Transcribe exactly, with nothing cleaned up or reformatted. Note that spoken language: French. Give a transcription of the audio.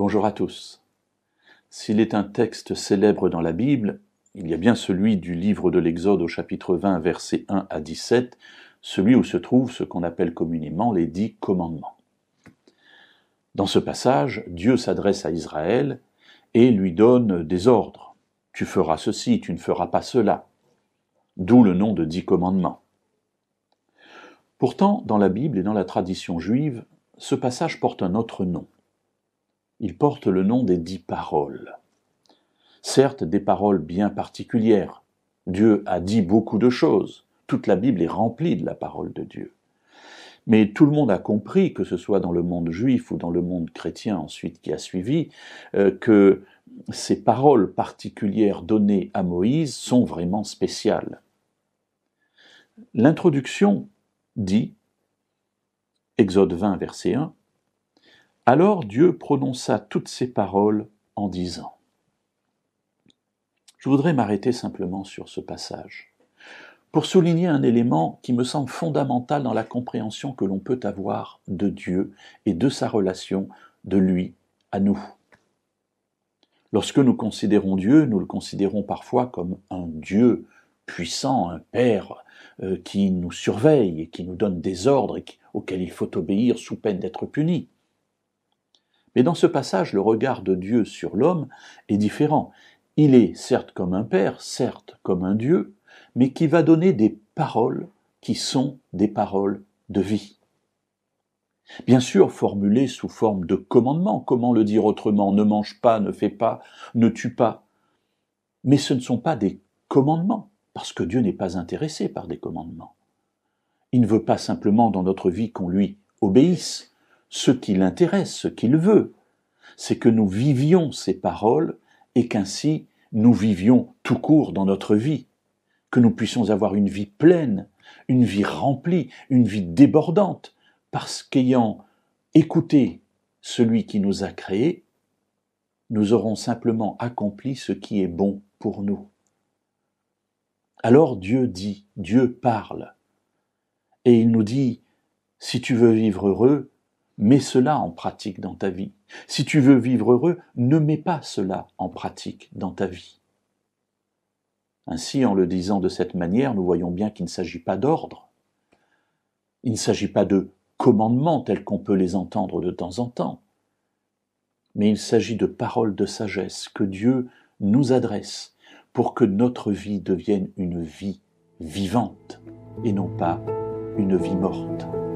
Bonjour à tous. S'il est un texte célèbre dans la Bible, il y a bien celui du livre de l'Exode au chapitre vingt, versets un à dix-sept, celui où se trouvent ce qu'on appelle communément les dix commandements. Dans ce passage, Dieu s'adresse à Israël et lui donne des ordres. Tu feras ceci, tu ne feras pas cela. D'où le nom de dix commandements. Pourtant, dans la Bible et dans la tradition juive, ce passage porte un autre nom. Il porte le nom des dix paroles. Certes, des paroles bien particulières. Dieu a dit beaucoup de choses. Toute la Bible est remplie de la parole de Dieu. Mais tout le monde a compris, que ce soit dans le monde juif ou dans le monde chrétien ensuite qui a suivi, euh, que ces paroles particulières données à Moïse sont vraiment spéciales. L'introduction dit, Exode vingt, verset un, « Alors Dieu prononça toutes ces paroles en disant ». Je voudrais m'arrêter simplement sur ce passage, pour souligner un élément qui me semble fondamental dans la compréhension que l'on peut avoir de Dieu et de sa relation de lui à nous. Lorsque nous considérons Dieu, nous le considérons parfois comme un Dieu puissant, un Père euh, qui nous surveille et qui nous donne des ordres et qui, auxquels il faut obéir sous peine d'être puni. Mais dans ce passage, le regard de Dieu sur l'homme est différent. Il est certes comme un Père, certes comme un Dieu, mais qui va donner des paroles qui sont des paroles de vie. Bien sûr, formulées sous forme de commandements. Comment le dire autrement? Ne mange pas, ne fais pas, ne tue pas. Mais ce ne sont pas des commandements, parce que Dieu n'est pas intéressé par des commandements. Il ne veut pas simplement dans notre vie qu'on lui obéisse. Ce qui l'intéresse, ce qu'il veut, c'est que nous vivions ces paroles et qu'ainsi nous vivions tout court dans notre vie, que nous puissions avoir une vie pleine, une vie remplie, une vie débordante, parce qu'ayant écouté celui qui nous a créés, nous aurons simplement accompli ce qui est bon pour nous. Alors Dieu dit, Dieu parle, et il nous dit, si tu veux vivre heureux, mets cela en pratique dans ta vie. Si tu veux vivre heureux, ne mets pas cela en pratique dans ta vie. Ainsi, en le disant de cette manière, nous voyons bien qu'il ne s'agit pas d'ordre. Il ne s'agit pas de commandements tels qu'on peut les entendre de temps en temps. Mais il s'agit de paroles de sagesse que Dieu nous adresse pour que notre vie devienne une vie vivante et non pas une vie morte.